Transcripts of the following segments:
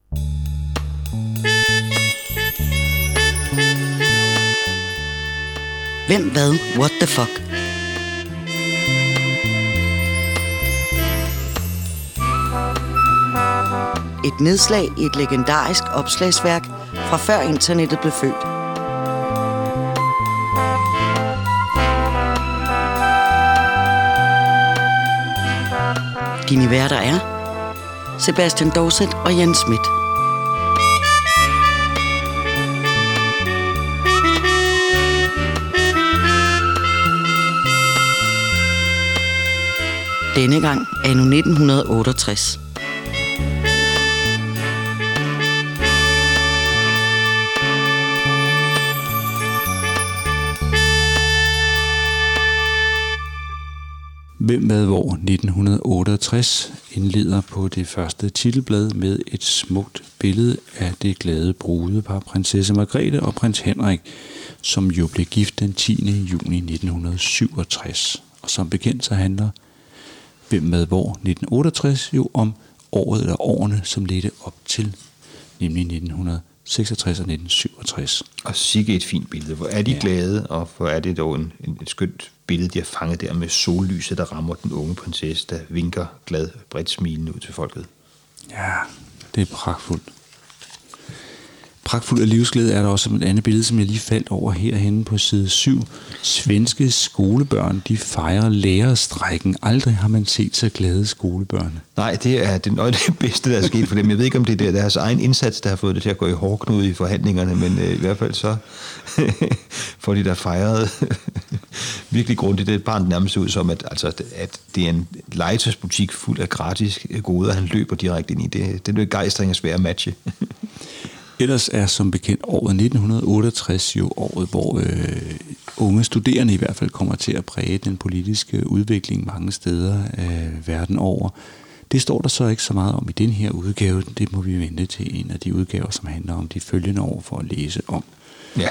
Hvem, hvad, what the fuck? Et nedslag i et legendarisk opslagsværk fra før internettet blev født. Dine værter er Sebastian Dorset og Jens Schmidt. Denne gang anno 1968. Hvem, hvad, hvor 1968 indleder på det første titelblad med et smukt billede af det glade brudepar prinsesse Margrethe og prins Henrik, som jo blev gift den 10. juni 1967. Og som bekendt så handler Hvem, hvad, hvor 1968 jo om året eller årene, som ledte op til, nemlig 1966 og 1967. Og sikke et fint billede. Hvor er de glade, og hvor er det dog et skønt billede, de har fanget der med sollyset, der rammer den unge prinsesse, der vinker glad, bredt smilende ud til folket. Ja, det er pragtfuldt. Pragtfuld af livsglæde er der også et andet billede, som jeg lige faldt over herhenne på side 7. Svenske skolebørn, de fejrer lærerstrejken. Aldrig har man set så glade skolebørn. Nej, det er det bedste, der er sket for dem. Jeg ved ikke, om det er deres egen indsats, der har fået det til at gå i hårdknude i forhandlingerne, men i hvert fald så får de der fejret virkelig grundigt. Det er et barn nærmest ud som, at det er en legetøjsbutik fuld af gratis goder, han løber direkte ind i. Det er begejstring og svære at matche. Ellers er som bekendt året 1968 jo året, hvor unge studerende i hvert fald kommer til at præge den politiske udvikling mange steder verden over. Det står der så ikke så meget om i den her udgave. Det må vi vente til en af de udgaver, som handler om de følgende år for at læse om. Ja.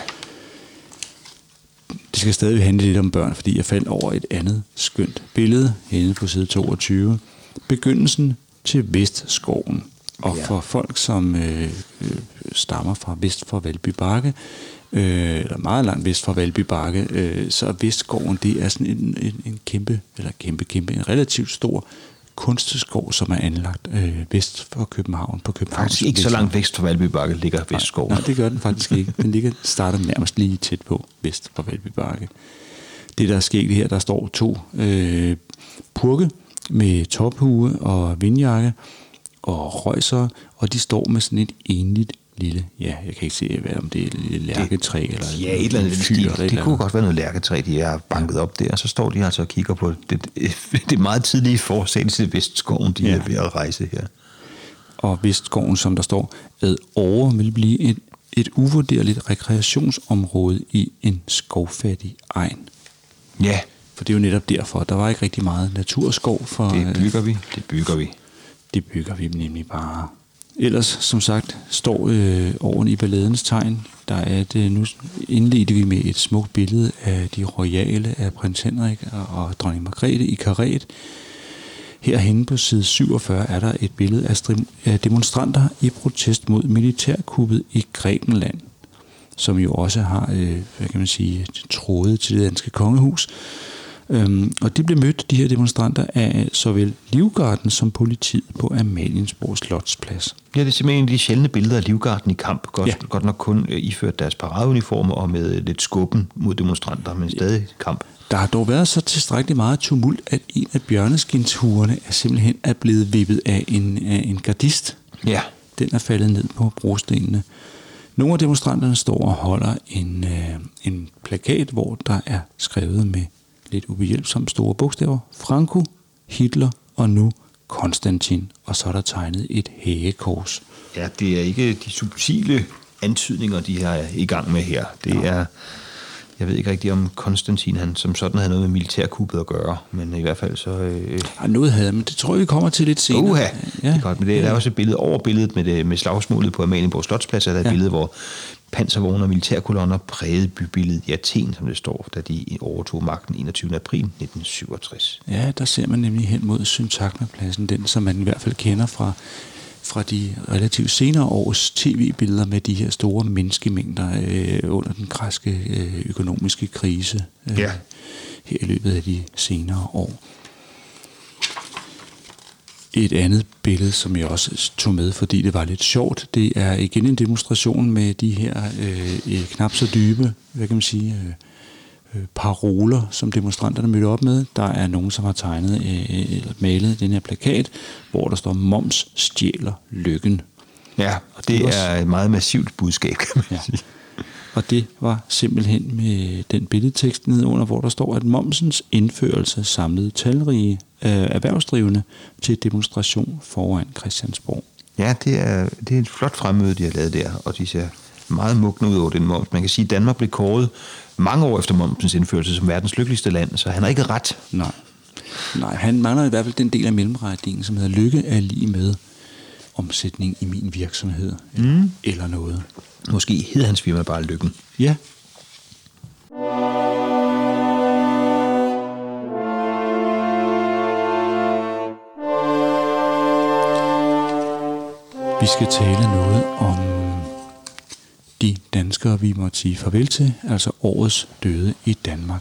Det skal stadig handle lidt om børn, fordi jeg faldt over et andet skønt billede henne på side 22. Begyndelsen til Vestskoven. Og for folk, som stammer fra vest for Valby Bakke, eller meget langt vest for Valby Bakke, så er Vestskoven, det er sådan en kæmpe, en relativt stor kunstskov, som er anlagt vest for København. På København. Faktisk ikke så langt vest for Valby Bakke ligger Vestskoven. Nej, det gør den faktisk ikke. Den starter nærmest lige tæt på vest for Valby Bakke. Det, der er sket her, der står 2 purke med tophue og vindjakke, og røjser, og de står med sådan et enligt lille, jeg kan ikke se, om det er et lille lærketræ, eller et eller andet fyr. Det kunne godt være noget lærketræ, de har banket op der, og så står de altså og kigger på det meget tidlige forsættelse til Vestskoven, de er ved at rejse her. Og Vestskoven, som der står, vil blive et uvurderligt rekreationsområde i en skovfattig egn. Ja. For det er jo netop derfor, der var ikke rigtig meget naturskov for... Det bygger vi. Det bygger vi nemlig bare. Ellers, som sagt, står årene i balladens tegn. Der er det, nu indledte vi med et smukt billede af de royale af prins Henrik og dronning Margrethe i karet. Herhenne på side 47 er der et billede af demonstranter i protest mod militærkuppet i Grækenland, som jo også har, trådet til det danske kongehus. Og de blev mødt, de her demonstranter, af såvel Livgarden som politiet på Amaliensborg Slotsplads. Ja, det er simpelthen en af de sjældne billeder af Livgarden i kamp. Godt nok kun iført deres paradeuniformer og med lidt skubben mod demonstranter, men stadig kamp. Der har dog været så tilstrækkeligt meget tumult, at en af bjørneskinshuerne simpelthen er blevet vippet af en gardist. Ja. Den er faldet ned på brostenene. Nogle af demonstranterne står og holder en plakat, hvor der er skrevet med lidt ubehjælpsomt store bogstaver: Franco, Hitler og nu Konstantin. Og så er der tegnet et hagekors. Ja, det er ikke de subtile antydninger, de er i gang med her. Det er, jeg ved ikke rigtig om Konstantin, han som sådan havde noget med militærkuppet at gøre, men i hvert fald så... Noget havde, men det tror jeg, vi kommer til lidt senere. Ja, det er godt, men det er også et billede over billedet med slagsmålet på Amalienborg Slotsplads, er der et billede, hvor panservogne og militærkolonner prægede bybilledet i Athen, som det står, da de overtog magten 21. april 1967. Ja, der ser man nemlig hen mod Syntagmapladsen, den som man i hvert fald kender fra fra de relativt senere års tv-billeder med de her store menneskemængder under den græske økonomiske krise her i løbet af de senere år. Et andet billede, som jeg også tog med, fordi det var lidt sjovt, det er igen en demonstration med de her knap så dybe, hvad kan man sige, paroler, som demonstranterne mødte op med. Der er nogen, som har tegnet eller malet den her plakat, hvor der står: Moms stjæler lykken. Ja, og det er et meget massivt budskab, kan man sige. Og det var simpelthen med den billedtekst nedunder, hvor der står, at momsens indførelse samlede talrige erhvervsdrivende til demonstration foran Christiansborg. Ja, det er et flot fremmøde, de har lavet der, og de ser meget mugne ud over den moms. Man kan sige, at Danmark blev kåret mange år efter momsens indførelse som verdens lykkeligste land, så han har ikke ret. Nej, han mangler i hvert fald den del af mellemretningen, som hedder lykke er lige med omsætning i min virksomhed eller noget. Måske hed hans firma bare Lykken. Ja. Vi skal tale noget om de danskere, vi måtte sige farvel til, altså årets døde i Danmark.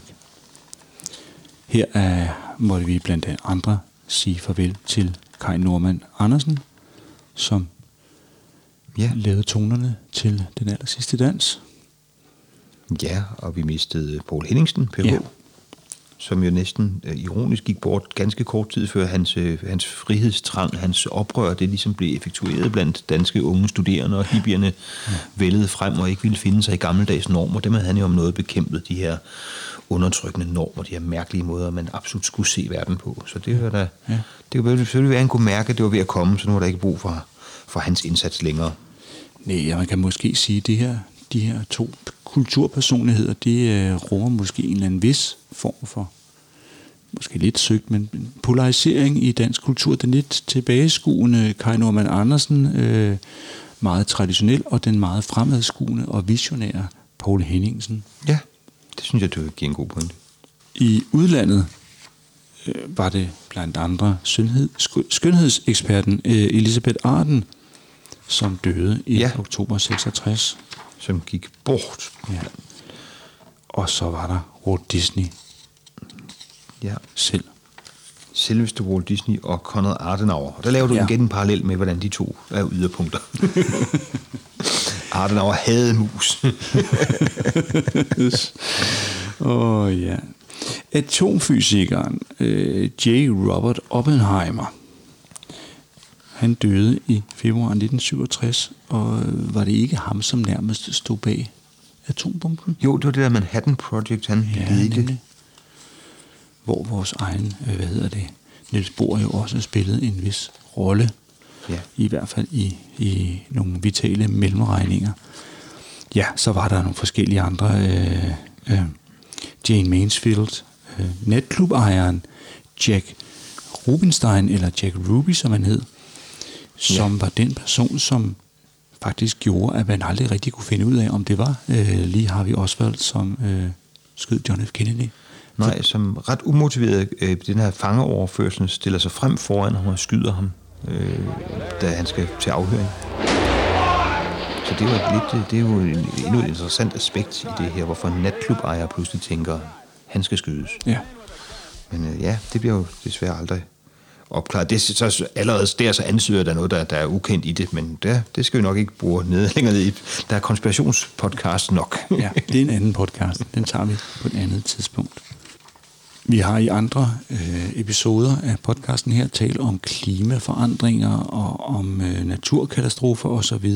Her måtte vi blandt andre sige farvel til Kaj Normann Andersen, som lavede tonerne til Den allersidste dans. Ja, og vi mistede Poul Henningsen, PH, som jo næsten ironisk gik bort ganske kort tid før hans frihedstrang, hans oprør, det ligesom blev effektueret blandt danske unge studerende, og hippierne vældede frem og ikke ville finde sig i gammeldags normer. Dem havde han jo om noget bekæmpet, de her undertrykkende normer, de her mærkelige måder, man absolut skulle se verden på. Så det var da, det kunne selvfølgelig være, at han kunne mærke, at det var ved at komme, så nu var der ikke brug for hans indsats længere. Nej, man kan måske sige, at de her to kulturpersonligheder, de rummer måske en eller anden vis form for, måske lidt søgt, men polarisering i dansk kultur. Den lidt tilbageskuende Kaj Normann Andersen, meget traditionel, og den meget fremadskuende og visionære Poul Henningsen. Ja, det synes jeg, du giver en god pointe. I udlandet var det blandt andre skønhedseksperten Elisabeth Arden, som døde i oktober 66. Som gik bort. Ja. Og så var der Walt Disney selv. Selveste Walt Disney og Konrad Adenauer. Og der laver du igen en parallel med, hvordan de to er yderpunkter. Adenauer havde mus. Atomfysikeren J. Robert Oppenheimer, han døde i februar 1967, og var det ikke ham, som nærmest stod bag atombomben? Jo, det var det der Manhattan Project, han ledte. Hvor vores egen, Niels Bohr jo også spillede en vis rolle, i hvert fald i nogle vitale mellemregninger. Ja, så var der nogle forskellige andre, Jane Mansfield, natklubejeren Jack Rubinstein, eller Jack Ruby, som han hed, som var den person, som faktisk gjorde, at man aldrig rigtig kunne finde ud af, om det var lige Harvey Oswald, som skød John F. Kennedy. Nej, som ret umotiveret den her fangeoverførsel stiller sig frem foran ham og skyder ham, da han skal til afhøring. Så det er jo endnu et interessant aspekt i det her, hvorfor en natklubejer pludselig tænker, han skal skydes. Ja. Men det bliver jo desværre aldrig opklaret. Det så allerede der så ansyder der noget, der er ukendt i det, men det skal vi nok ikke bruge længere ned i. Der er konspirationspodcast nok. Ja, det er en anden podcast. Den tager vi på et andet tidspunkt. Vi har i andre episoder af podcasten her talt om klimaforandringer og om naturkatastrofer osv.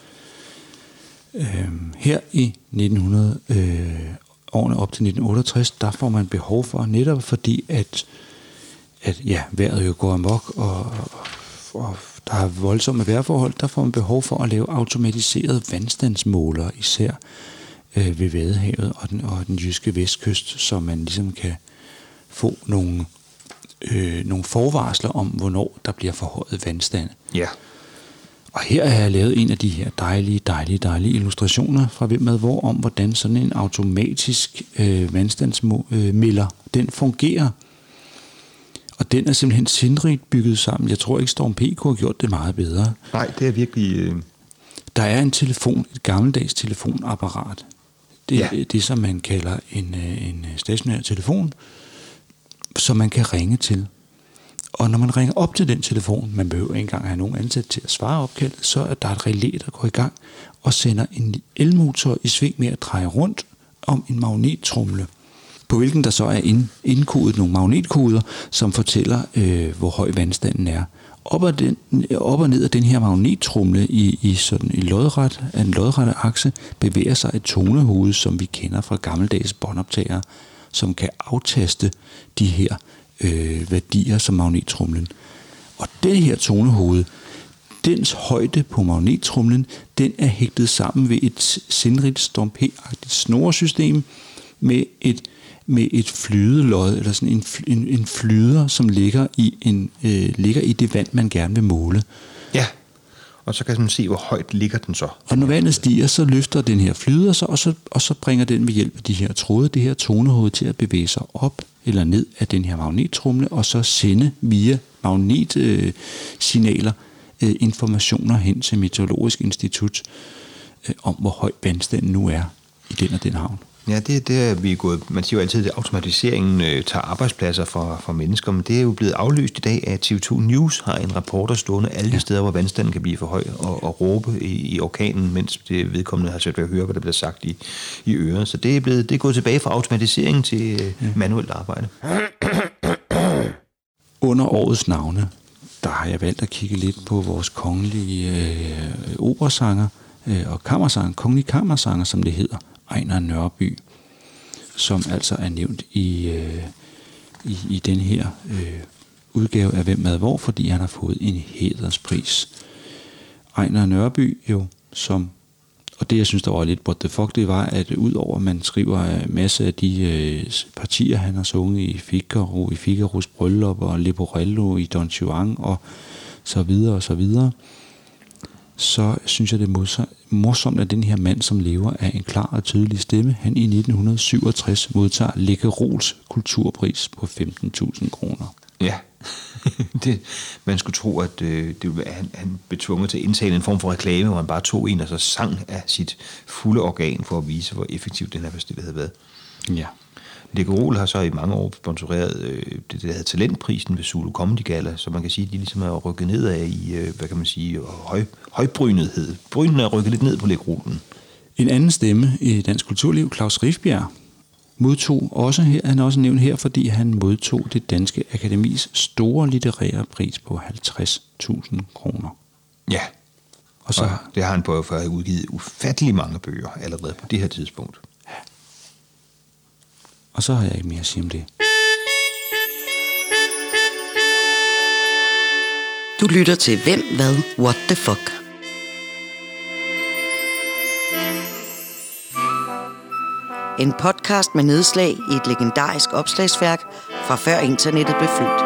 Her i 1900 årene op til 1968, der får man behov for, netop fordi at vejret jo går amok, og der er voldsomme vejrforhold, der får man behov for at lave automatiserede vandstandsmålere, især ved Vadehavet og den jyske vestkyst, så man ligesom kan få nogle forvarsler om, hvornår der bliver forhøjet vandstand. Ja. Og her har jeg lavet en af de her dejlige illustrationer fra Hvem med hvor, om hvordan sådan en automatisk vandstandsmælder, den fungerer. Og den er simpelthen sindrigt bygget sammen. Jeg tror ikke, Storm P kunne have gjort det meget bedre. Nej, det er virkelig... Der er en telefon, et gammeldags telefonapparat. Det er det, som man kalder en stationær telefon, som man kan ringe til. Og når man ringer op til den telefon, man behøver ikke engang have nogen ansat til at svare opkaldet, så er der et relæ, der går i gang og sender en elmotor i sving med at dreje rundt om en magnettromle, på hvilken der så er indkodet nogle magnetkoder, som fortæller, hvor høj vandstanden er. Op og ned af den her magnettromle i sådan en lodrette akse bevæger sig et tonehoved, som vi kender fra gammeldags båndoptagere, som kan aftaste de her værdier som magnettromlen. Og det her tonehoved, dens højde på magnettromlen, den er hægtet sammen ved et sindrigt Storm P-agtigt snoresystem med et flydelod, eller sådan en flyder, som ligger i det vand, man gerne vil måle. Ja, og så kan man se, hvor højt ligger den så. Og når vandet stiger, så løfter den her flyder sig, og så bringer den ved hjælp af de her tråde, det her tonehoved til at bevæge sig op eller ned af den her magnettromle, og så sende via magnetsignaler informationer hen til Meteorologisk Institut om, hvor høj vandstanden nu er i den og den havn. Ja, det er vi er gået. Man siger jo altid, at automatiseringen tager arbejdspladser fra mennesker, men det er jo blevet afløst i dag af TV2 News har en reporter stående alle de steder, hvor vandstanden kan blive for høj, og råbe i orkanen, mens det vedkommende har svært ved at høre, hvad der bliver sagt i øret. Så det er gået tilbage fra automatiseringen til manuelt arbejde. Under årets navne, der har jeg valgt at kigge lidt på vores kongelige operasanger og kammersanger, kongelige kammersanger, som det hedder, Ejnar Nørby, som altså er nævnt i den her udgave af Hvem Mad Hvor, fordi han har fået en hæderspris. Ejnar Nørby jo, og det jeg synes der var lidt what the fuck, det var, at udover man skriver en masse af de partier, han har sunget i Figaros bryllup og Leporello i Don Juan og så videre og så videre, så synes jeg, det er morsomt, at den her mand, som lever af en klar og tydelig stemme, han i 1967 modtager Lækkerols kulturpris på 15.000 kroner. Ja, man skulle tro, at han blev tvunget til at indtale en form for reklame, hvor han bare tog en og så sang af sit fulde organ for at vise, hvor effektiv den her bestilling havde været. Ja. Lækkerol har så i mange år sponsoreret det, der hedder Talentprisen ved Zulu Comedy Gala, så man kan sige, at de ligesom er rykket nedad i, hvad kan man sige, højbrynethed. Brynen er rykket lidt ned på Lækkerolen. En anden stemme i dansk kulturliv, Claus Rifbjerg, modtog også her, han er også nævnt her, fordi han modtog det Danske Akademis store litterære pris på 50.000 kroner. Ja, og det har han på for at have udgivet ufattelig mange bøger allerede på det her tidspunkt. Og så har jeg ikke mere at sige om det. Du lytter til Hvem, Hvad, What the Fuck. En podcast med nedslag i et legendarisk opslagsværk fra før internettet blev født.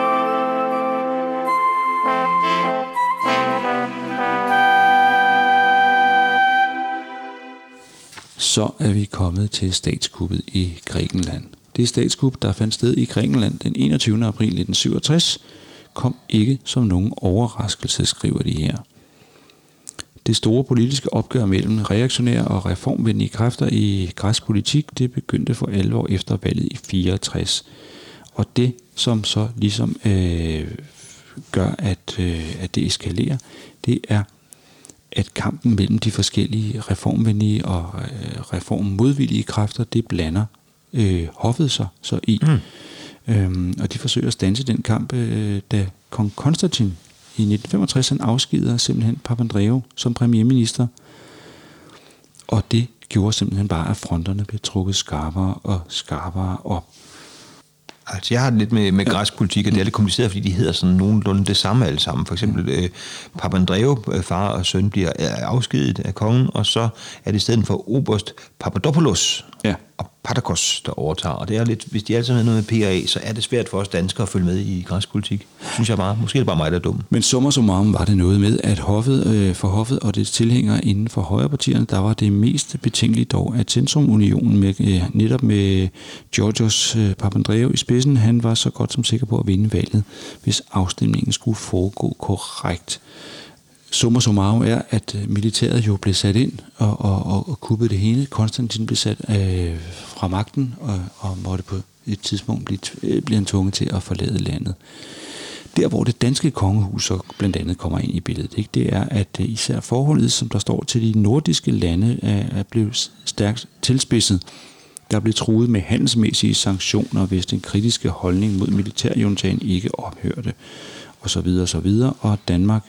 Så er vi kommet til statskuppet i Grækenland. Det statskup, der fandt sted i Grækenland den 21. april 1967, kom ikke som nogen overraskelse, skriver de her. Det store politiske opgør mellem reaktionære og reformvenlige kræfter i græsk politik, det begyndte for alvor efter valget i 64. Og det, som så ligesom gør, at det eskalerer, det er, at kampen mellem de forskellige reformvenlige og reformmodvillige kræfter, det blander hoffet sig så i. Og de forsøger at standse den kamp, da kong Konstantin i 1965 han afskeder simpelthen Papandreou som premierminister. Og det gjorde simpelthen bare, at fronterne blev trukket skarpere og skarpere op. Altså, jeg har det lidt med græsk politik, og det er lidt kompliceret, fordi de hedder sådan nogenlunde det samme alle sammen. For eksempel Papandreou, far og søn, bliver afskediget af kongen, og så er det i stedet for oberst Papadopoulos. Ja. Og Spartakos, der overtager. Og det er lidt, hvis de altid har noget med PRA, så er det svært for os danskere at følge med i græsk politik. Synes jeg bare. Måske er det bare mig, der er dum. Men summa summarum var det noget med, at for hoffet og dets tilhængere inden for højrepartierne, der var det mest betænkelige dog, at Centrumunionen netop med Georgios Papandreou i spidsen, han var så godt som sikker på at vinde valget, hvis afstemningen skulle foregå korrekt. Summa summarum er, at militæret jo blev sat ind og kuppede det hele. Konstantin blev sat fra magten og måtte på et tidspunkt blive tvunget til at forlade landet. Der, hvor det danske kongehus så blandt andet kommer ind i billedet, ikke, det er, at især forholdet, som der står til de nordiske lande, er blevet stærkt tilspidset. Der blev truet med handelsmæssige sanktioner, hvis den kritiske holdning mod militærjuntaen ikke ophørte, osv. Og Danmark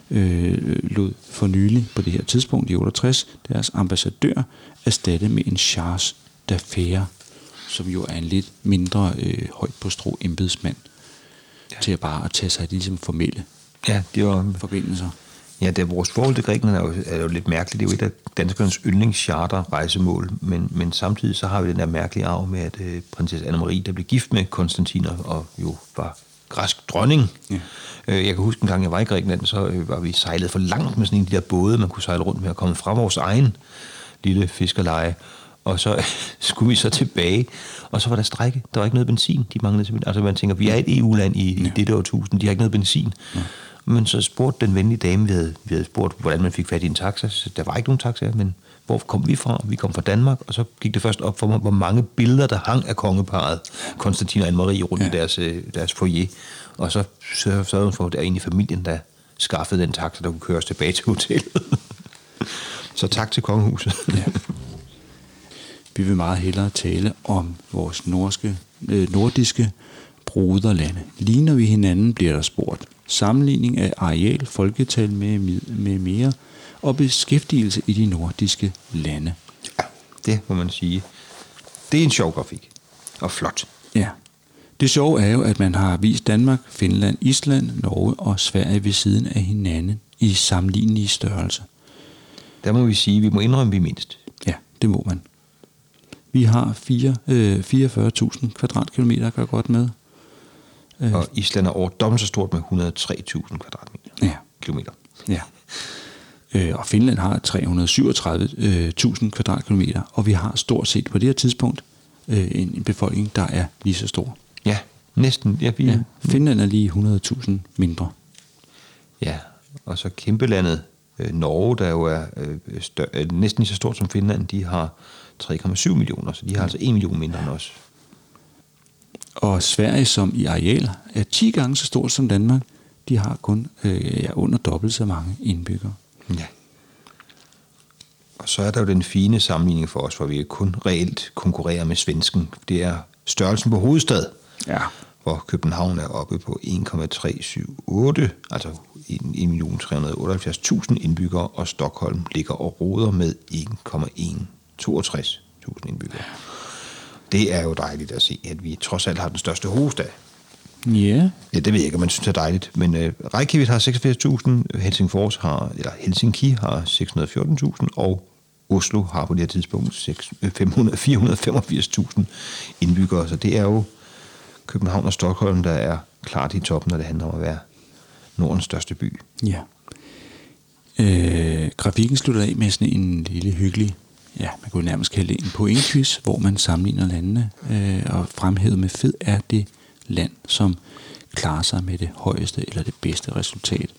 lod for nylig på det her tidspunkt i 68 deres ambassadør erstatte med en Charles d'Affaires, som jo er en lidt mindre højt på strå embedsmand, til at bare at tage sig af de ligesom formelle forbindelser. Ja, det er vores forhold til Grækenland er jo lidt mærkeligt. Det er jo et af danskernes yndlingscharter-rejsemål, men samtidig så har vi den der mærkelige arv med, at prinsesse Anne-Marie, der blev gift med Konstantin og jo var græsk dronning. Ja. Jeg kan huske en gang, jeg var i Grækenland, så var vi sejlet for langt med sådan en af de der både, man kunne sejle rundt med, og komme fra vores egen lille fiskerleje. Og så skulle vi så tilbage, og så var der strejke. Der var ikke noget benzin, de manglede simpelthen. Altså man tænker, vi er et EU-land i dette årtusind, de har ikke noget benzin. Ja. Men så spurgte den venlige dame, vi havde spurgt, hvordan man fik fat i en taxa. Så der var ikke nogen taxaer, men hvor kom vi fra? Vi kom fra Danmark, og så gik det først op for mig, hvor mange billeder, der hang af kongeparret, Konstantin og Anne-Marie, rundt i deres foyer. Og så sørgede hun for, at der egentlig familien, der skaffede den taxa, der kunne køre os tilbage til hotellet. Så tak til kongehuset. Ja. Vi vil meget hellere tale om vores nordiske broderlande. Ligner vi hinanden, bliver der spurgt. Sammenligning af areal, folketal med mere og beskæftigelse i de nordiske lande. Ja, det må man sige. Det er en sjov grafik. Og flot. Ja. Det sjove er jo, at man har vist Danmark, Finland, Island, Norge og Sverige ved siden af hinanden i sammenlignelige størrelse. Der må vi sige, at vi må indrømme, vi er mindst. Ja, det må man. Vi har 44.000 kvadratkilometer, gør godt med. Og Island er over dobbelt så stort med 103.000 kvadratmeter. Ja. Kilometer. Ja. Og Finland har 337.000 kvadratkilometer, og vi har stort set på det her tidspunkt en befolkning, der er lige så stor. Ja, næsten. Ja, Finland er lige 100.000 mindre. Ja, og så kæmpelandet Norge, der jo er næsten lige så stort som Finland, de har 3,7 millioner, så de har altså 1 million mindre end os. Og Sverige, som i areal er 10 gange så stort som Danmark, de har kun under dobbelt så mange indbyggere. Ja. Og så er der jo den fine sammenligning for os, hvor vi kun reelt konkurrerer med svensken. Det er størrelsen på hovedstad, hvor København er oppe på 1,378, altså 1.378.000 indbyggere, og Stockholm ligger og roder med 1,162.000 indbyggere. Det er jo dejligt at se, at vi trods alt har den største hovedstad. Ja, det ved jeg ikke, om man synes er dejligt. Men Reykjavik har 86.000, Helsinki har 614.000, og Oslo har på det her tidspunkt 485.000 indbyggere. Så det er jo København og Stockholm, der er klart i toppen, når det handler om at være Nordens største by. Ja. Grafikken slutter af med sådan en lille hyggelig, man kunne nærmest kalde det en pointquiz, hvor man sammenligner landene, og fremhævet med fed er det land, som klarer sig med det højeste eller det bedste resultat.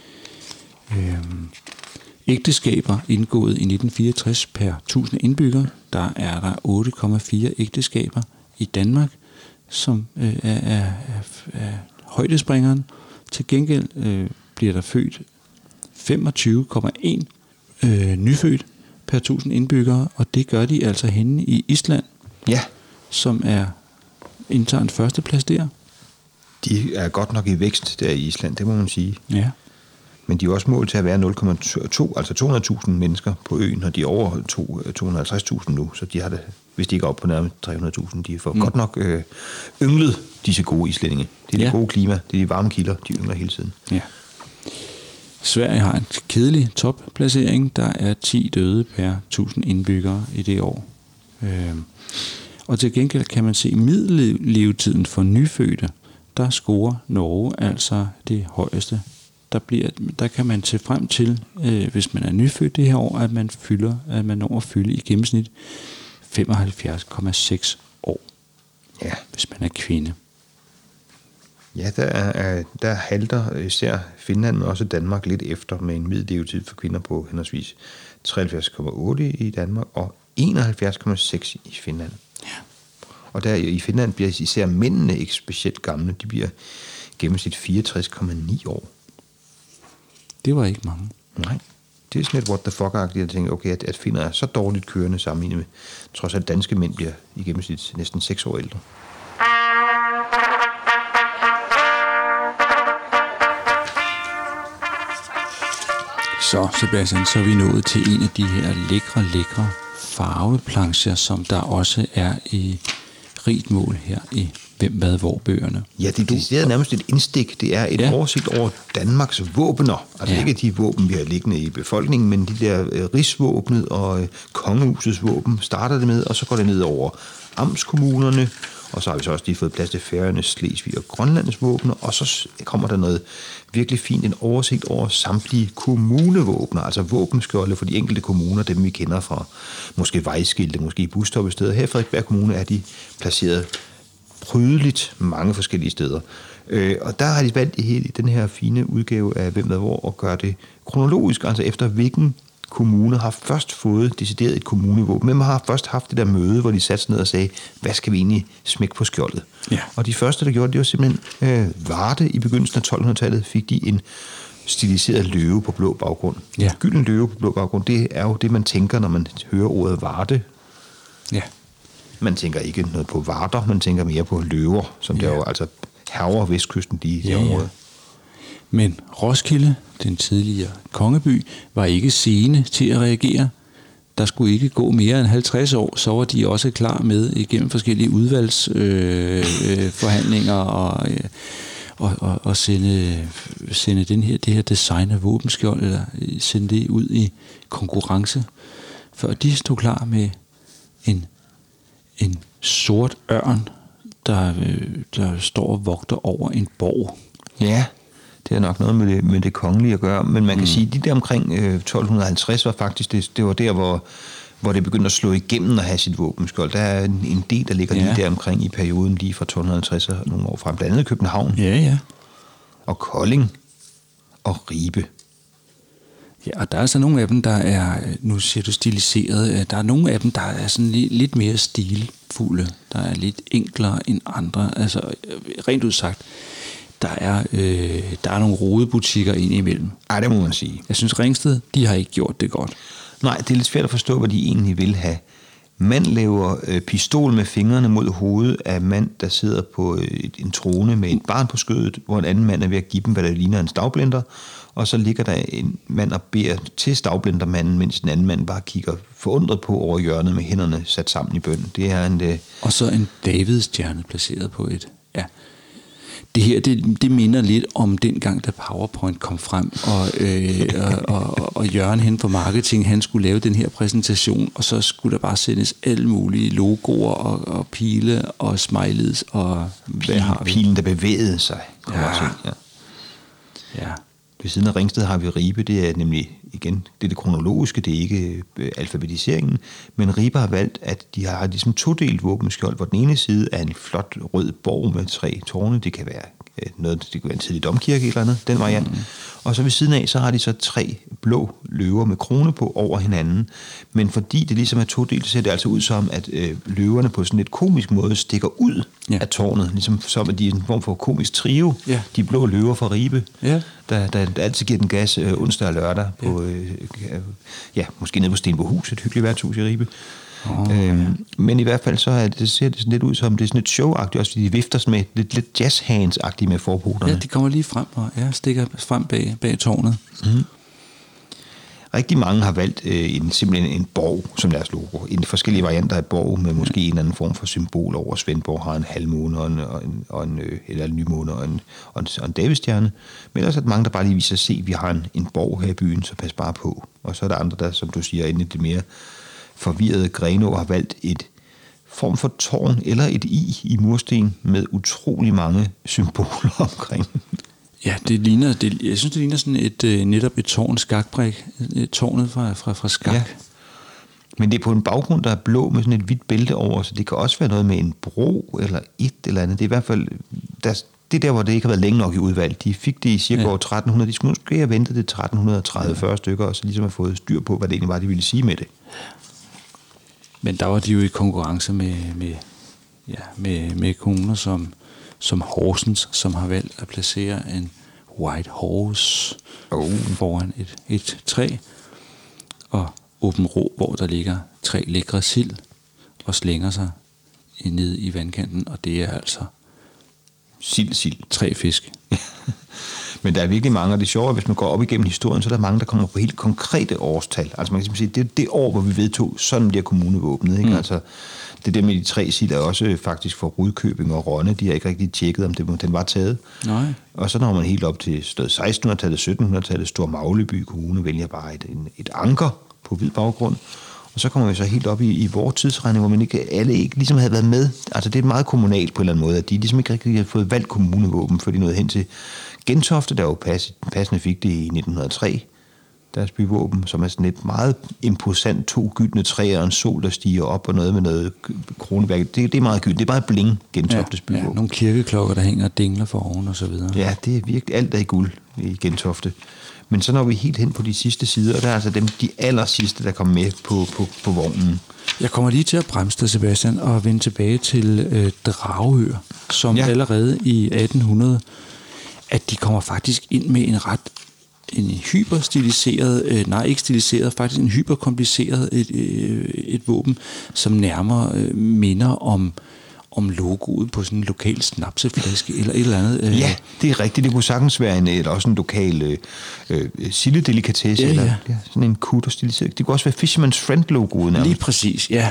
Ægteskaber indgået i 1964 per 1000 indbyggere, der er der 8,4 ægteskaber i Danmark, som er højdespringeren. Til gengæld bliver der født 25,1 nyfødt per 1000 indbyggere, og det gør de altså henne i Island, som indtager en førsteplads der. De er godt nok i vækst der i Island, det må man sige. Ja. Men de er også målt til at være 0,2, altså 200.000 mennesker på øen, og de er over 250.000 nu, så de har det, hvis de ikke er oppe på nærmest 300.000, de får godt nok ynglet disse gode islændinge. Det er det gode klima, det er de varme kilder, de yngler hele tiden. Ja. Sverige har en kedelig topplacering, der er 10 døde per 1000 indbyggere i det år. Og til gengæld kan man se middellevetiden for nyfødte, der scorer Norge altså det højeste. Der kan man se frem til, hvis man er nyfødt det her år, at man når at fylde i gennemsnit 75,6 år, hvis man er kvinde. Ja, der halter især Finland, men også Danmark lidt efter med en middellevetid for kvinder på henholdsvis 73,8 i Danmark og 71,6 i Finland. Ja. Og der i Finland bliver især mændene ikke specielt gamle. De bliver gennemsnit 64,9 år. Det var ikke mange. Nej. Det er sådan lidt what the fuck-agtigt at tænke, okay, at finner er så dårligt kørende sammenlignet med, trods at danske mænd bliver i gennemsnit næsten 6 år ældre. Så Sebastian, så er vi nået til en af de her lækre farveplancher, som der også er i rigt mål her i Hvem Hvad Hvor bøgerne. Ja, det er nærmest et indstik. Det er et oversigt over Danmarks våbener. Altså ikke de våben, vi har liggende i befolkningen, men de der rigsvåbnet og kongehusets våben starter det med, og så går det ned over amtskommunerne, og så har vi så også lige fået plads til Færøernes, Slesvig og Grønlands våbner, og så kommer der noget virkelig fint, en oversigt over samtlige kommunevåbner, altså våbenskjolde for de enkelte kommuner, dem vi kender fra måske vejskilte, måske busstoppesteder. Her i Frederiksberg Kommune er de placeret prydeligt mange forskellige steder. Og der har de valgt i den her fine udgave af Hvem Hvad Hvor at gøre det kronologisk, altså efter hvilken kommune har først fået decideret et kommunevåben, men man har først haft det der møde, hvor de satte sig ned og sagde, hvad skal vi egentlig smække på skjoldet? Ja. Og de første, der gjorde det, var simpelthen Varde. I begyndelsen af 1200-tallet fik de en stiliseret løve på blå baggrund. Ja. Gylden løve på blå baggrund, det er jo det, man tænker, når man hører ordet Varde. Ja. Man tænker ikke noget på varder, man tænker mere på løver, som der jo altså hærger vestkysten lige i det område. Men Roskilde, den tidligere kongeby, var ikke sene til at reagere. Der skulle ikke gå mere end 50 år, så var de også klar med igennem forskellige udvalgsforhandlinger og sende det her design af våbenskjold, eller sende det ud i konkurrence, før de stod klar med en sort ørn, der står og vogter over en borg. Ja, det er nok noget med det kongelige at gøre, men man kan sige, at de der omkring 1250 var faktisk, det var der, hvor det begyndte at slå igennem at have sit våbenskjold. Der er en del, der ligger lige der omkring i perioden, lige fra 1250 og nogle år frem. Blandt andet København. Ja. Og Kolding. Og Ribe. Ja, og der er altså nogle af dem, der er, nu siger du stiliseret, der er nogle af dem, der er sådan lidt mere stilfulde, der er lidt enklere end andre. Altså rent udsagt, der er nogle rodebutikker ind imellem. Ej, det må man sige. Jeg synes Ringsted, de har ikke gjort det godt. Nej, det er lidt svært at forstå, hvad de egentlig vil have. Mand laver pistol med fingrene mod hovedet af mand, der sidder på en trone med et barn på skødet, hvor en anden mand er ved at give dem, hvad der ligner en stavblender. Og så ligger der en mand og beder til stavblendermanden, mens den anden mand bare kigger forundret på over hjørnet med hænderne sat sammen i bøn. Det er og så en Davidstjerne placeret på et. Ja. Det her, det minder lidt om dengang, da PowerPoint kom frem, og Jørgen hen på marketing, han skulle lave den her præsentation, og så skulle der bare sendes alle mulige logoer og pile og smileys og hvad har vi? Pilen, der bevægede sig. Ja. Ved siden af Ringsted har vi Ribe, det er nemlig igen, det kronologiske, det er ikke alfabetiseringen, men Ribe har valgt, at de har ligesom todelt våbenskjold, hvor den ene side er en flot rød borg med 3 tårne, det kan være en tidlig domkirke eller andet, den variant. Og så ved siden af, så har de så 3 blå løver med krone på over hinanden. Men fordi det ligesom er todelt, så ser det altså ud som, at løverne på sådan et komisk måde stikker ud af tårnet. Ligesom som, at de er en form for komisk trio. Ja. De blå løver fra Ribe, der altid giver den gas onsdag og lørdag på, måske nede på Stenbohus, et hyggeligt værtshus i Ribe. Men i hvert fald så ser det sådan lidt ud som, det er sådan et show-agtigt, også fordi de vifter sådan med lidt jazz-hands-agtigt med forpoterne. Ja, de kommer lige frem og stikker frem bag tårnet. Rigtig mange har valgt simpelthen en borg som deres logo. En forskellige varianter af borg med måske en anden form for symbol over. Svendborg har en halvmåne eller en nymåne og en davidstjerne. Men ellers er der mange, der bare lige viser at se, at vi har en borg her i byen, så pas bare på. Og så er der andre, der, som du siger, inde i det mere forvirrede Grenaa har valgt et form for tårn eller et i mursten med utrolig mange symboler omkring. Ja, jeg synes, det ligner sådan netop et tårn skakbrik. Tårnet fra skak. Ja. Men det er på en baggrund, der er blå med sådan et hvidt bælte over, så det kan også være noget med en bro eller et eller andet. Det er i hvert fald, det er der, hvor det ikke har været længe nok i udvalg. De fik det i cirka år 1300. De skulle måske have ventet det 1330-40 stykker, og så ligesom have fået styr på, hvad det egentlig var, de ville sige med det. Men der var de jo i konkurrence med kommuner som Horsens, som har valgt at placere en White Horse foran et træ, og Åben Rå, hvor der ligger 3 lækre sild og slænger sig ned i vandkanten, og det er altså sild. 3 fisk. Men der er virkelig mange, og det er sjovt, hvis man går op igennem historien, så er der mange, der kommer på helt konkrete årstal. Altså man kan sige, det er det år, hvor vi vedtog, sådan bliver kommunevåbnet. Ikke? Altså, det der med de 3 sild er også faktisk for Rudkøbing og Rønne. De har ikke rigtig tjekket, om den var taget. Nej. Og så når man helt op til 1600-tallet, 1700-tallet, Stor Magleby Kommune vælger bare et anker på hvid baggrund. Og så kommer vi så helt op i vores tidsregning, hvor man alle ikke ligesom havde været med. Altså det er meget kommunalt på en eller anden måde, at de ligesom ikke rigtig har fået valgt kommunevåben, for de nåede hen til Gentofte, der jo passende fik det i 1903, deres byvåben, som er sådan et meget imposant 2 gyldne træer og en sol, der stiger op, og noget med noget kroneværk. Det er meget gyldent. Det er bare bling, Gentoftes byvåben. Ja, nogle kirkeklokker, der hænger og dingler for oven og så videre. Ja, det er virkelig alt, der er i guld i Gentofte. Men så når vi helt hen på de sidste sider, og der er altså de aller sidste, der kommer med på vognen. Jeg kommer lige til at bremse dig, Sebastian, og vende tilbage til Dragør, som allerede i 1800, at de kommer faktisk ind med en hyperstiliseret, ikke stiliseret, faktisk en hyperkompliceret et våben, som nærmere minder om logoet på sådan en lokal snapseflaske eller et eller andet. Ja, det er rigtigt. Det kunne sagtens være også en lokal sildedelikatesse, eller sådan en kutter stiliseret. Det kunne også være Fisherman's Friend-logoet nærmest. Lige præcis, ja.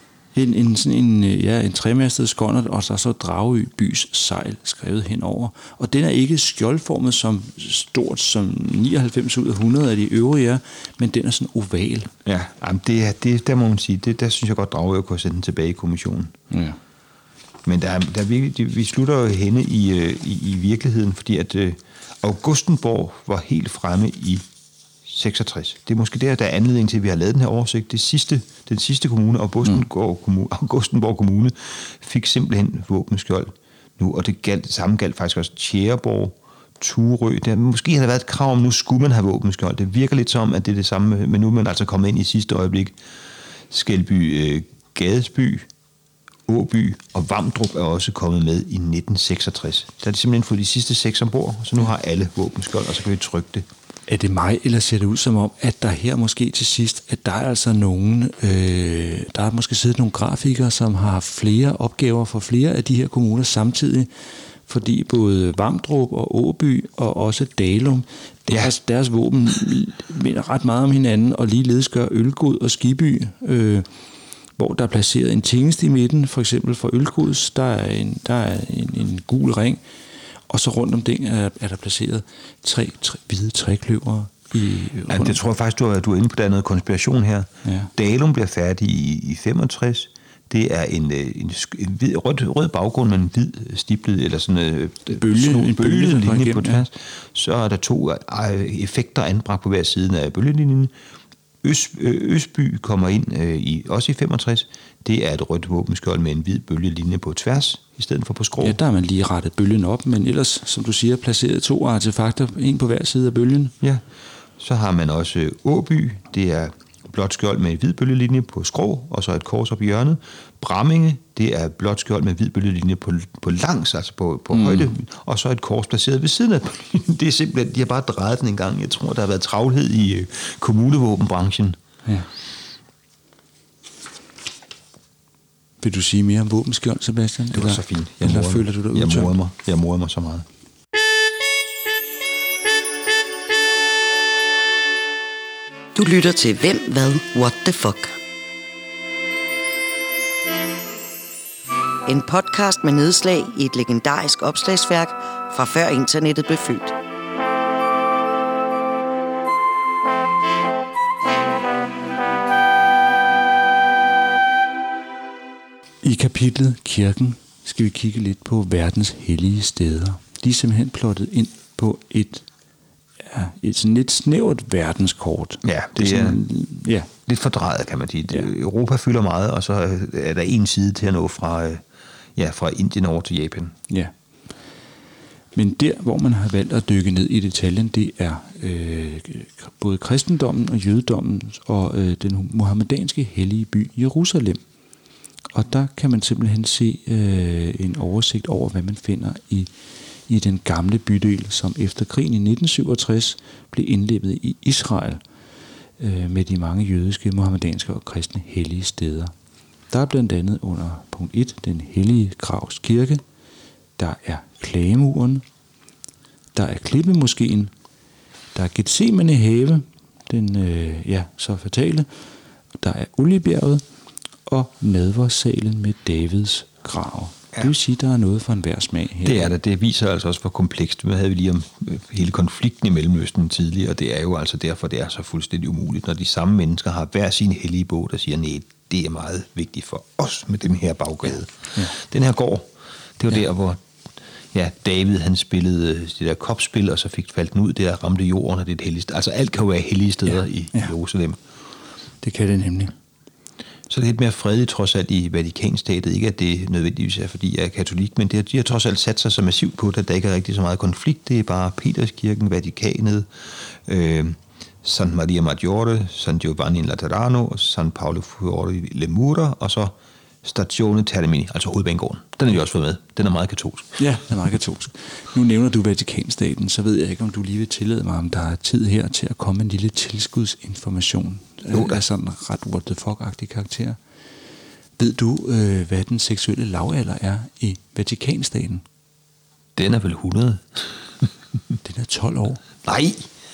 En tremastet skonnert, og så Dragø bys sejl skrevet henover. Og den er ikke skjoldformet som stort som 99 ud af 100 af de øvrige er, men den er sådan oval. Ja, det der må man sige, der synes jeg godt, Dragø kunne sende den tilbage i kommissionen. Ja. Men der er virkelig, vi slutter jo henne i virkeligheden, fordi at Augustenborg var helt fremme i 66. Det er måske der er anledning til, at vi har lavet den her oversigt. Den sidste kommune, Augustenborg Kommune, fik simpelthen våbenskjold nu, og det samme galt faktisk også Tjæreborg, Turø. Måske har der været et krav om, nu skulle man have våbenskjold. Det virker lidt som, at det er det samme, men nu er man altså kommet ind i sidste øjeblik. Skelby, Gadesby, Åby og Vamdrup er også kommet med i 1966. Der er de simpelthen fået de sidste 6 ombord, så nu har alle våbenskjold, og så kan vi trykke det. Er det mig, eller ser det ud som om, at der her måske til sidst, at der er altså nogen, der er måske siddet nogle grafikere, som har flere opgaver for flere af de her kommuner samtidig, fordi både Vamdrup og Åby og også Dalum, deres våben minder ret meget om hinanden, og ligeledes gør Ølgod og Skiby, hvor der er placeret en tingest i midten, for eksempel for Ølgods, der er en gul ring, og så rundt om den er der placeret 3 hvide trækløvere. Det tror jeg faktisk, du er inde på, der er noget konspiration her. Ja. Dalum bliver færdig i 65. Det er en rød baggrund med en hvid stiplet, eller sådan en bølget linje på tværs. Ja. Så er der 2 effekter anbragt på hver side af bølgelinjen. Østby kommer ind også i 65. Det er et rødt våbenskjold med en hvid bølgelinje på tværs, i stedet for på skrå. Ja, der har man lige rettet bølgen op, men ellers, som du siger, placeret 2 artefakter, en på hver side af bølgen. Ja, så har man også Åby. Det er blåt skjold med en hvid bølgelinje på skrå, og så et kors op i hjørnet. Bramminge, det er blåt skjold med hvid bølgelinje på langs, altså på højde, og så et kors placeret ved siden af bølgelinjen. Det er simpelthen, de har bare drejet den en gang. Jeg tror, der har været travlhed i kommunevåbenbranchen. Ja. Vil du sige mere om våbenskjold, Sebastian? Det var så fint. Føler du dig Jeg morder mig så meget. Du lytter til Hvem, Hvad, What the Fuck. En podcast med nedslag i et legendarisk opslagsværk fra før internettet blev født. I I kapitlet Kirken skal vi kigge lidt på verdens hellige steder. De er simpelthen plottet ind på et sådan lidt snævert verdenskort. Ja, det er lidt fordrejet, kan man sige. Ja. Europa fylder meget, og så er der en side til at nå fra Indien over til Japan. Ja. Men der, hvor man har valgt at dykke ned i detaljen, det er både kristendommen og jødedommen og den muhammedanske hellige by Jerusalem. Og der kan man simpelthen se en oversigt over, hvad man finder i den gamle bydel, som efter krigen i 1967 blev indlemmet i Israel med de mange jødiske, muhammedanske og kristne hellige steder. Der er blandt andet under punkt 1 den hellige Gravs kirke, der er Klagemuren, der er Klippemoskeen, der er Getsemane have, den så fatale, der er Oliebjerget og nadversalen med Davids grav. Ja. Det vil sige, at der er noget for enhver smag her. Det er det. Det viser altså også, hvor komplekst. Det havde vi lige om hele konflikten i Mellemøsten tidligere, og det er jo altså derfor, det er så fuldstændig umuligt, når de samme mennesker har hver sin hellige bog, der siger, nej, det er meget vigtigt for os med den her baggade. Ja. Den her gård, det var der, hvor David han spillede det der kopspil, og så faldt den ud, det der ramte jorden, og det er et helligt sted. Altså alt kan jo være hellige steder i Jerusalem. Det kan det nemlig. Så det er lidt mere fredeligt trods alt i Vatikanstatet. Ikke at det nødvendigvis er, fordi jeg er katolik, men de har trods alt sat sig så massivt på det, at der ikke er rigtig så meget konflikt. Det er bare Peterskirken, Vatikanet, San Maria Maggiore, San Giovanni in Laterano, San Paolo Fuori Le Mura, og så Stazione Termini, altså hovedbanegården. Den har vi også fået med. Den er meget katolsk. Ja, den er meget katolsk. Nu nævner du Vatikanstaten, så ved jeg ikke, om du lige vil tillade mig, om der er tid her til at komme en lille tilskudsinformation. Af sådan en ret what the fuck-agtig karakter. Ved du, hvad den seksuelle lavalder er i Vatikanstaten? Den er vel 100? Den er 12 år. Nej.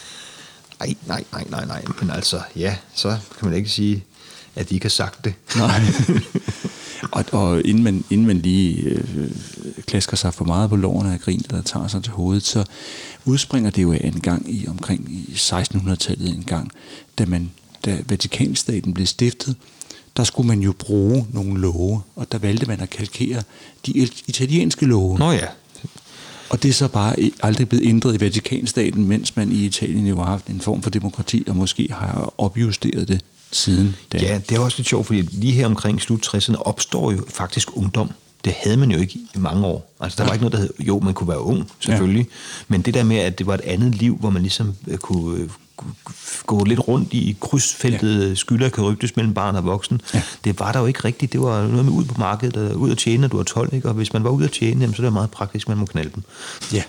Men altså, så kan man ikke sige, at de ikke har sagt det. Nej. Og inden man lige klasker sig for meget på lårene af grin, der tager sig til hovedet, så udspringer det jo af en gang omkring i 1600-tallet en gang, da Vatikanstaten blev stiftet, der skulle man jo bruge nogle love, og der valgte man at kalkere de italienske love. Nå ja. Og det er så bare aldrig blevet ændret i Vatikanstaten, mens man i Italien jo har haft en form for demokrati, og måske har opjusteret det siden da. Ja, det er også lidt sjovt, fordi lige her omkring slut 60'erne opstår jo faktisk ungdom. Det havde man jo ikke i mange år. Altså, der var ikke noget, der hed, jo, man kunne være ung, selvfølgelig. Ja. Men det der med, at det var et andet liv, hvor man ligesom kunne gå lidt rundt i krydsfeltet, skylder kan rygtes mellem barn og voksen. Ja. Det var der jo ikke rigtigt. Det var noget med ud på markedet, ud at tjene, når du var 12, ikke? Og hvis man var ude at tjene, jamen, så er det meget praktisk, man må knalde dem. Ja.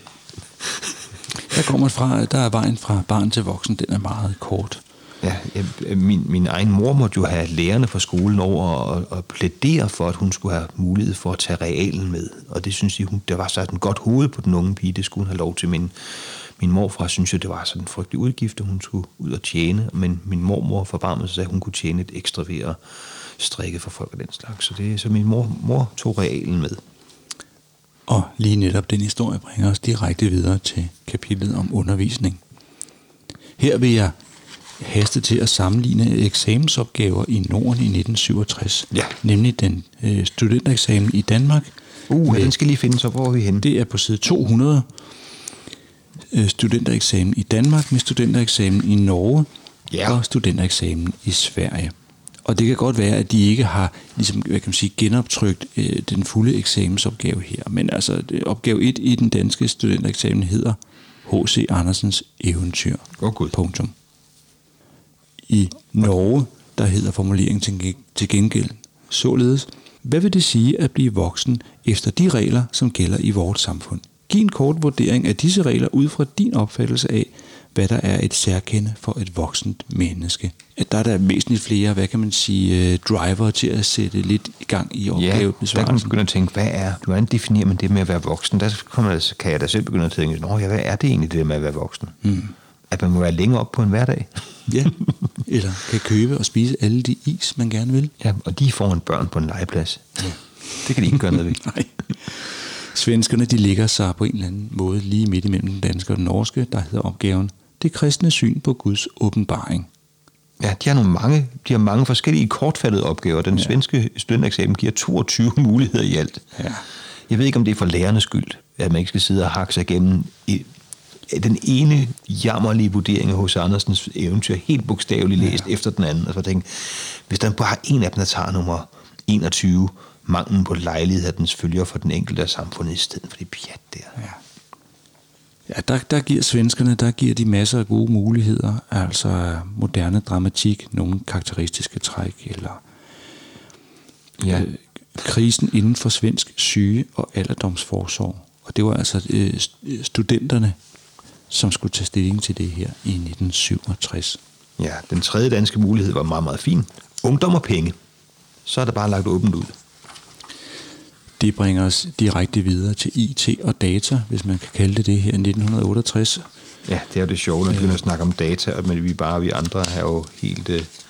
Der er vejen fra barn til voksen, den er meget kort. Ja, min egen mor måtte jo have lærerne fra skolen over og plædere for, at hun skulle have mulighed for at tage realen med. Og det synes jeg, der var sådan et godt hoved på den unge pige, det skulle hun have lov til. Min morfar synes jo, det var sådan en frygtelig udgift, at hun skulle ud og tjene. Men min mormor forbarmede sig, at hun kunne tjene et ekstra ved at strikke for folk og den slags. Så min mor tog realen med. Og lige netop den historie bringer os direkte videre til kapitlet om undervisning. Her vil jeg haste til at sammenligne eksamensopgaver i Norden i 1967. Ja. Nemlig den studentereksamen i Danmark. Den skal lige findes op, hvor er vi henne? Det er på side 200. Studentereksamen i Danmark med studentereksamen i Norge og studentereksamen i Sverige. Og det kan godt være, at de ikke har ligesom, genoptrykt den fulde eksamensopgave her. Men altså, opgave 1 i den danske studentereksamen hedder H.C. Andersens eventyr. Punktum. I Norge, der hedder formuleringen til gengæld således: hvad vil det sige at blive voksen efter de regler, som gælder i vores samfund? Giv en kort vurdering af disse regler ud fra din opfattelse af, hvad der er et særkende for et voksent menneske. Der er der væsentligt flere, driver til at sætte lidt i gang i opgavebesvarelsen. Der kan man begynde at tænke, hvordan definerer man det med at være voksen? Der kan jeg da selv begynde at tænke, hvad er det egentlig det med at være voksen? At man må være længere op på en hverdag. Ja, eller kan købe og spise alle de is, man gerne vil. Ja, og de får en børn på en legeplads. Ja. Det kan de ikke gøre noget ved. Nej. Svenskerne, de ligger sig på en eller anden måde lige midt imellem den danske og den norske, der hedder opgaven Det kristne syn på Guds åbenbaring. Ja, de har mange forskellige kortfattede opgaver. Den svenske studentereksamen giver 22 muligheder i alt. Ja. Jeg ved ikke, om det er for lærernes skyld, at man ikke skal sidde og hakke sig igennem den ene jammerlige vurdering af H.C. Andersens eventyr, helt bogstaveligt læst efter den anden. Og så tænke, hvis der bare er en af dem, der tager nummer 21, manglen på lejlighed af dens følger for den enkelte af samfundet i stedet for det pjat der. Ja, der giver svenskerne, der giver de masser af gode muligheder, altså moderne dramatik, nogle karakteristiske træk, eller krisen inden for svensk syge- og alderdomsforsorg. Og det var altså studenterne, som skulle tage stilling til det her i 1967. Ja, den tredje danske mulighed var meget, meget fin. Ungdom og penge. Så er det bare lagt åbent ud. Det bringer os direkte videre til IT og data, hvis man kan kalde det her, i 1968. Ja, det er jo det sjove, når vi begynder at snakke om data, men vi andre er jo helt...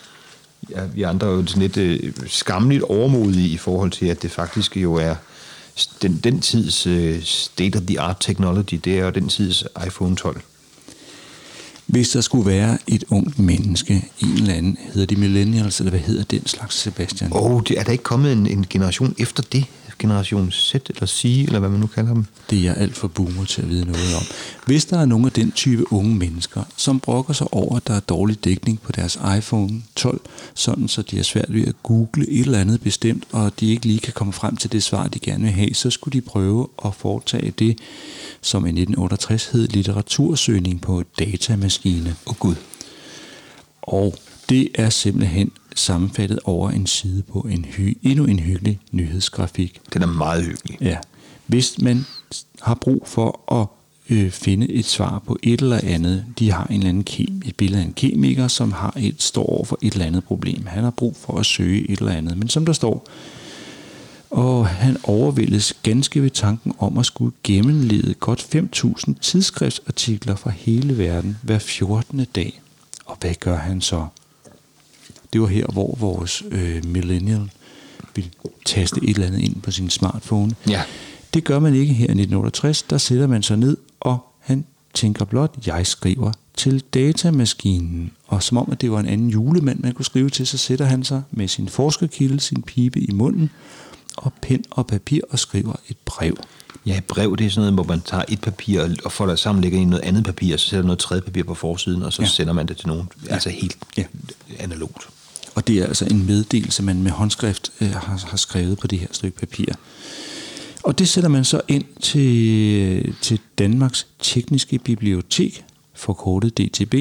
vi andre er jo sådan lidt skamligt overmodige i forhold til, at det faktisk jo er den tids state of the art technology, det er jo den tids iPhone 12. Hvis der skulle være et ungt menneske, en eller anden, hedder de millennials, eller hvad hedder den slags, Sebastian? Er der ikke kommet en generation efter det? Generation Z eller C, eller hvad man nu kalder dem? Det er jeg alt for boomer til at vide noget om. Hvis der er nogle af den type unge mennesker, som brokker sig over, at der er dårlig dækning på deres iPhone 12, sådan så de er svært ved at google et eller andet bestemt, og de ikke lige kan komme frem til det svar, de gerne vil have, så skulle de prøve at foretage det, som i 1968 hed litteratursøgning på datamaskine. Gud. Og det er simpelthen sammenfattet over en side på endnu en hyggelig nyhedsgrafik. Den er meget hyggelig. Ja. Hvis man har brug for at finde et svar på et eller andet, de har en eller anden et billede af en kemiker, som står over for et eller andet problem. Han har brug for at søge et eller andet, men som der står, og han overvældes ganske ved tanken om at skulle gennemlede godt 5.000 tidsskriftsartikler fra hele verden hver 14. dag. Og hvad gør han så? Det var her, hvor vores millennial ville taste et eller andet ind på sin smartphone. Ja. Det gør man ikke her i 1968. Der sætter man sig ned, og han tænker blot, jeg skriver til datamaskinen. Og som om, at det var en anden julemand, man kunne skrive til, så sætter han sig med sin forskerkilde, sin pibe i munden, og pen og papir og skriver et brev. Ja, et brev, det er sådan noget, hvor man tager et papir og folder sammen, lægger ind noget andet papir, og så sætter noget tredje papir på forsiden, og så sender man det til nogen. Altså helt analogt. Og det er altså en meddelelse, man med håndskrift har skrevet på det her stykke papir. Og det sætter man så ind til Danmarks Tekniske Bibliotek, forkortet DTB.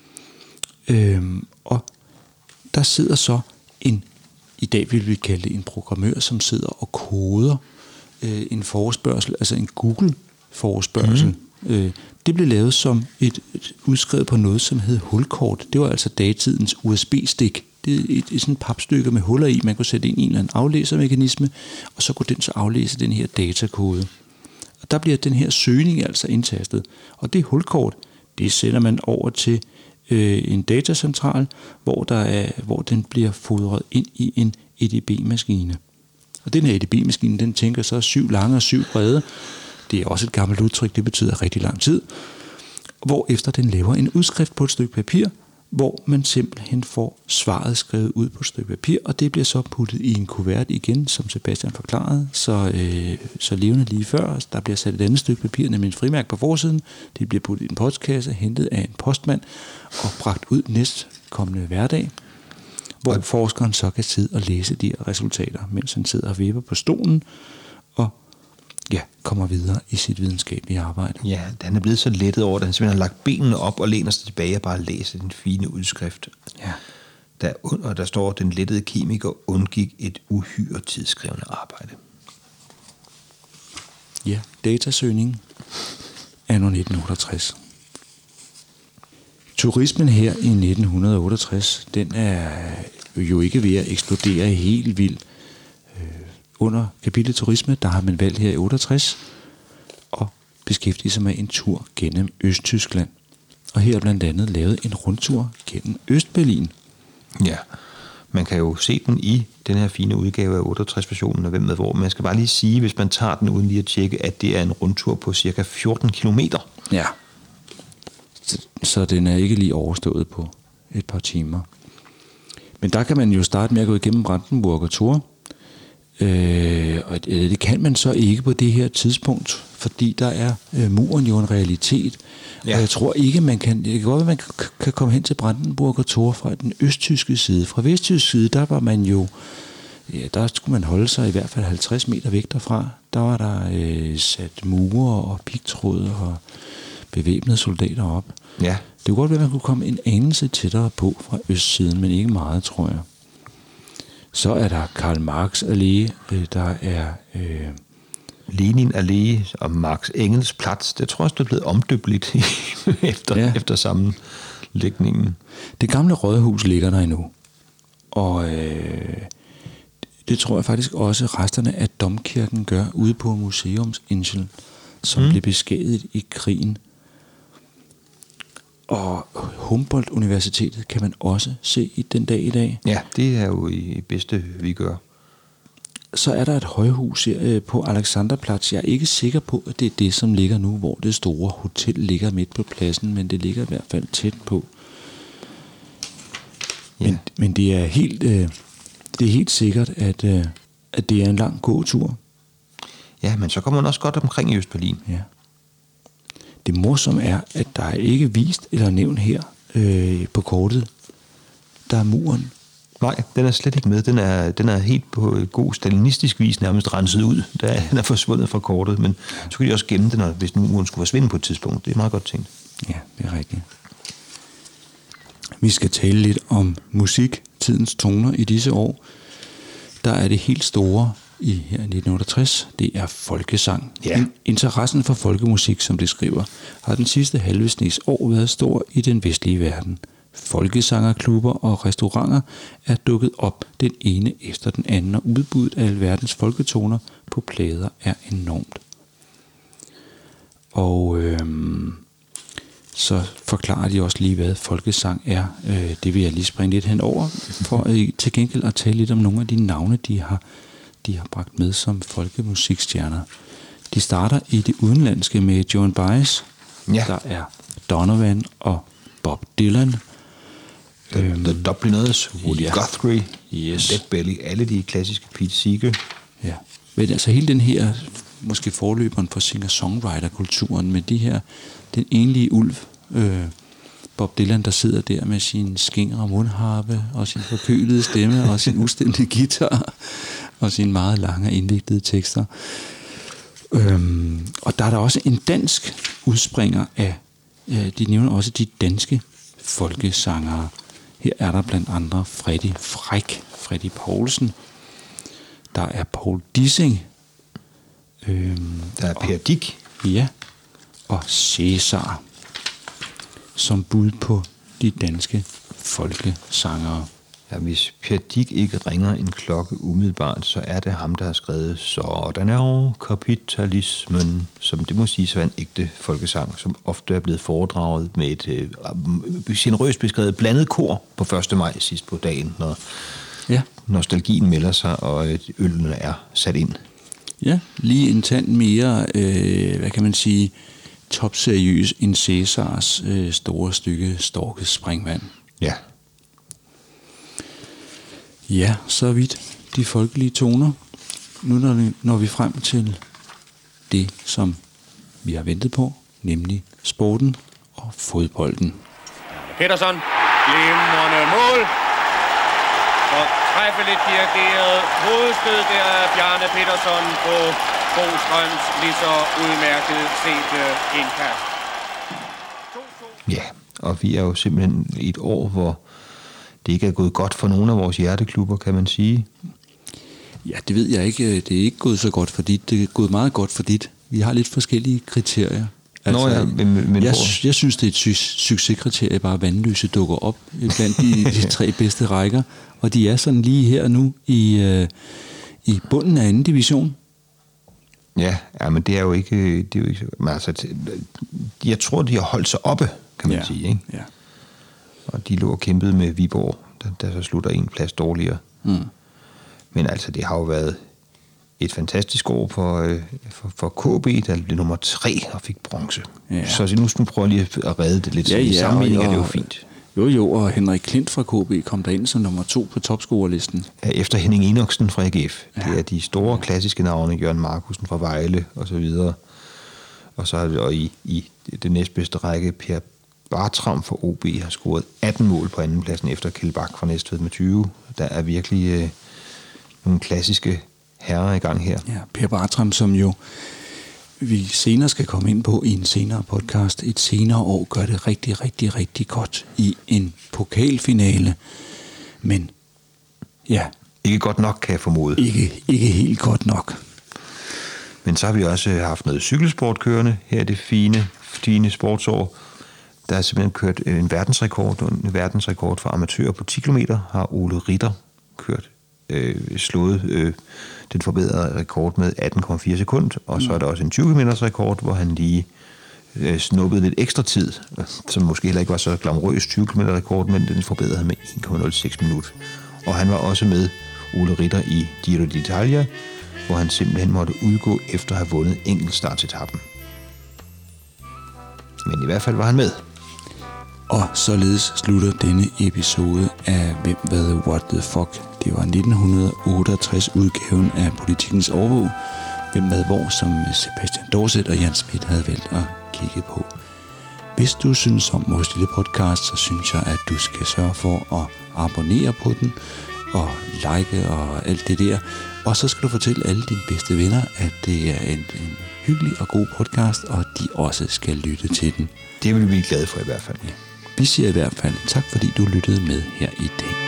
Og der sidder så i dag vil vi kalde det en programmør, som sidder og koder en forespørgsel, altså en Google-forespørgsel. Det blev lavet som et udskrevet på noget, som hed hulkort. Det var altså datidens USB-stik. Det er et sådan papstykke med huller i, man kunne sætte ind i en eller anden aflæsermekanisme, og så kunne den så aflæse den her datakode. Og der bliver den her søgning altså indtastet. Og det hulkort, det sender man over til en datacentral, hvor den bliver fodret ind i en EDB-maskine. Og den her EDB-maskine, den tænker så 7 lange og 7 brede. Det er også et gammelt udtryk, det betyder rigtig lang tid. Hvorefter den laver en udskrift på et stykke papir, hvor man simpelthen får svaret skrevet ud på et stykke papir, og det bliver så puttet i en kuvert igen, som Sebastian forklarede, så levende lige før. Der bliver sat et andet stykke papir, nemlig en frimærke på forsiden. Det bliver puttet i en postkasse, hentet af en postmand og bragt ud næstkommende hverdag, hvor forskeren så kan sidde og læse de her resultater, mens han sidder og vipper på stolen og kommer videre i sit videnskabelige arbejde. Ja, han er blevet så lettet over, at han simpelthen har lagt benene op og læner sig tilbage og bare læser den fine udskrift. Ja. Der står, at den lettede kemiker undgik et uhyre tidskrævende arbejde. Ja, datasøgning anno 1968. Turismen her i 1968, den er jo ikke ved at eksplodere helt vildt. Under kapitlet turisme, der har man valgt her i 68 og beskæftige sig med en tur gennem Østtyskland. Og her er blandt andet lavet en rundtur gennem Østberlin. Ja, man kan jo se den i den her fine udgave af 68-versionen og hvem med hvor. Man skal bare lige sige, hvis man tager den uden lige at tjekke, at det er en rundtur på cirka 14 kilometer. Ja, så den er ikke lige overstået på et par timer. Men der kan man jo starte med at gå igennem Brandenburger Tor. Og det kan man så ikke på det her tidspunkt, fordi der er muren jo en realitet. Ja. Og jeg tror ikke, det kan godt være, man kan komme hen til Brandenburger Tor fra den østtyske side. Fra vesttysk side, der var man jo, der skulle man holde sig i hvert fald 50 meter væk derfra. Der var der sat mure og pigtråd og bevæbnede soldater op. Ja. Det kunne godt være, at man kunne komme en anelse tættere på fra østsiden, men ikke meget, tror jeg. Så er der Karl Marx Allé, der er Lenin Allé og Marx Engels Plads. Det tror jeg også, det er blevet omdøbt lidt efter sammenlægningen. Det gamle rådhus ligger der endnu. Og det tror jeg faktisk også resterne af domkirken gør ude på Museumsinsel, som blev beskadiget i krigen. Og Humboldt-universitetet kan man også se i den dag i dag. Ja, det er jo i bedste vi gør. Så er der et højhus på Alexanderplatz. Jeg er ikke sikker på, at det er det, som ligger nu, hvor det store hotel ligger midt på pladsen, men det ligger i hvert fald tæt på. Ja. Men det er helt sikkert, at det er en lang gåtur. Ja, men så kommer man også godt omkring i Østberlin. Ja. Det morsomme er, at der er ikke vist eller nævnt her på kortet. Der er muren. Nej, den er slet ikke med. Den er helt på god stalinistisk vis nærmest renset ud, da den er forsvundet fra kortet. Men så kan de også gemme den, hvis nu muren skulle forsvinde på et tidspunkt. Det er meget godt tænkt. Ja, det er rigtigt. Vi skal tale lidt om musik, tidens toner i disse år. Der er det helt store her i 1968, det er folkesang. Ja. Interessen for folkemusik, som det skriver, har den sidste halve snes år været stor i den vestlige verden. Folkesangerklubber og restauranter er dukket op den ene efter den anden, og udbuddet af alverdens folketoner på plader er enormt. Og så forklarer de også lige, hvad folkesang er. Det vil jeg lige springe lidt henover, for til gengæld at tale lidt om nogle af de navne, de har bragt med som folkemusikstjerner. De starter i det udenlandske med Joan Baez. Ja. Der er Donovan og Bob Dylan. The Dubliners, Woody Guthrie, Dead Belly, alle de klassiske Pete Seeger. Ja, men altså hele den her, måske forløberen for singer-songwriter-kulturen, med de her, den enlige ulv, Bob Dylan, der sidder der med sin skingre mundharpe og sin forkølede stemme og sin ustemte guitar og sine meget lange indviklede tekster. Og der er der også en dansk udspringer af, de nævner også de danske folkesangere. Her er der blandt andre Freddy Poulsen. Der er Paul Dissing. Der er Per Dick. Ja, og Cæsar som bud på de danske folkesangere. Ja, hvis Per Dick ikke ringer en klokke umiddelbart, så er det ham, der har skrevet Sådan er jo kapitalismen, som det må sige så er en ægte folkesang, som ofte er blevet foredraget med et generøst beskrevet blandet kor på 1. maj sidst på dagen, når nostalgien melder sig, og ølene er sat ind. Ja, lige en tand mere, hvad kan man sige, topseriøs end Cæsars store stykke Storkes springvand. Ja. Ja, så vidt de folkelige toner. Nu når vi frem til det, som vi har ventet på, nemlig sporten og fodbolden. Peterson, glimrende mål. Og træffeligt dirigeret hovedstød der af Bjarne Peterson på Bostrøms lige så udmærket set indkast. Ja, og vi er jo simpelthen i et år, hvor det ikke er gået godt for nogle af vores hjerteklubber, kan man sige. Ja, det ved jeg ikke. Det er ikke gået så godt for dit. Det er gået meget godt for dit. Vi har lidt forskellige kriterier. Altså, jeg synes, det er et succeskriterie, bare vandløse dukker op blandt de 3 bedste rækker. Og de er sådan lige her nu i bunden af 2. division. Ja, men det er jo ikke... Men altså, jeg tror, de har holdt sig oppe, kan man sige. Ikke? Ja. Og de lå og kæmpede med Viborg, der så slutter en plads dårligere. Mm. Men altså, det har jo været et fantastisk år for KB, der blev nummer 3 og fik bronze. Ja. Så nu prøver jeg lige at redde det lidt. Så i sammenligning er det jo fint. Jo, og Henrik Klint fra KB kom derind som nummer 2 på topscorerlisten. Ja, efter Henning Enoksen fra AGF. Ja. Det er de store klassiske navne, Jørgen Markusen fra Vejle og så videre. Og så er det i det næstbedste række, Per Bartram for OB har scoret 18 mål på andenpladsen efter Kjeld Bak fra Næstved med 20. Der er virkelig nogle klassiske herrer i gang her. Ja, Per Bartram, som jo vi senere skal komme ind på i en senere podcast. Et senere år gør det rigtig, rigtig, rigtig godt i en pokalfinale. Men ja. Ikke godt nok, kan jeg formode. Ikke helt godt nok. Men så har vi også haft noget cykelsport kørende her i det fine sportsår. Der er simpelthen kørt en verdensrekord for amatører på 10 km, har Ole Ritter kørt. Slået den forbedrede rekord med 18,4 sekunder, og så er der også en 20 km rekord, hvor han lige snuppede lidt ekstra tid, som måske heller ikke var så glamorøs 20 km rekord, men den forbedrede han med 1,06 minutter. Og han var også med Ole Ritter i Giro d'Italia, hvor han simpelthen måtte udgå efter at have vundet enkeltstartsetappen. Men i hvert fald var han med. Og således slutter denne episode af Hvem, hvad, what the fuck. Det var 1968 udgaven af Politikens Overvåg. Hvem, hvad, hvor, som Sebastian Dorset og Jan Schmidt havde valgt at kigge på. Hvis du synes om vores lille podcast, så synes jeg, at du skal sørge for at abonnere på den og like og alt det der. Og så skal du fortælle alle dine bedste venner, at det er en hyggelig og god podcast, og de også skal lytte til den. Det vil vi blive glade for i hvert fald. Ja. Vi siger i hvert fald tak, fordi du lyttede med her i dag.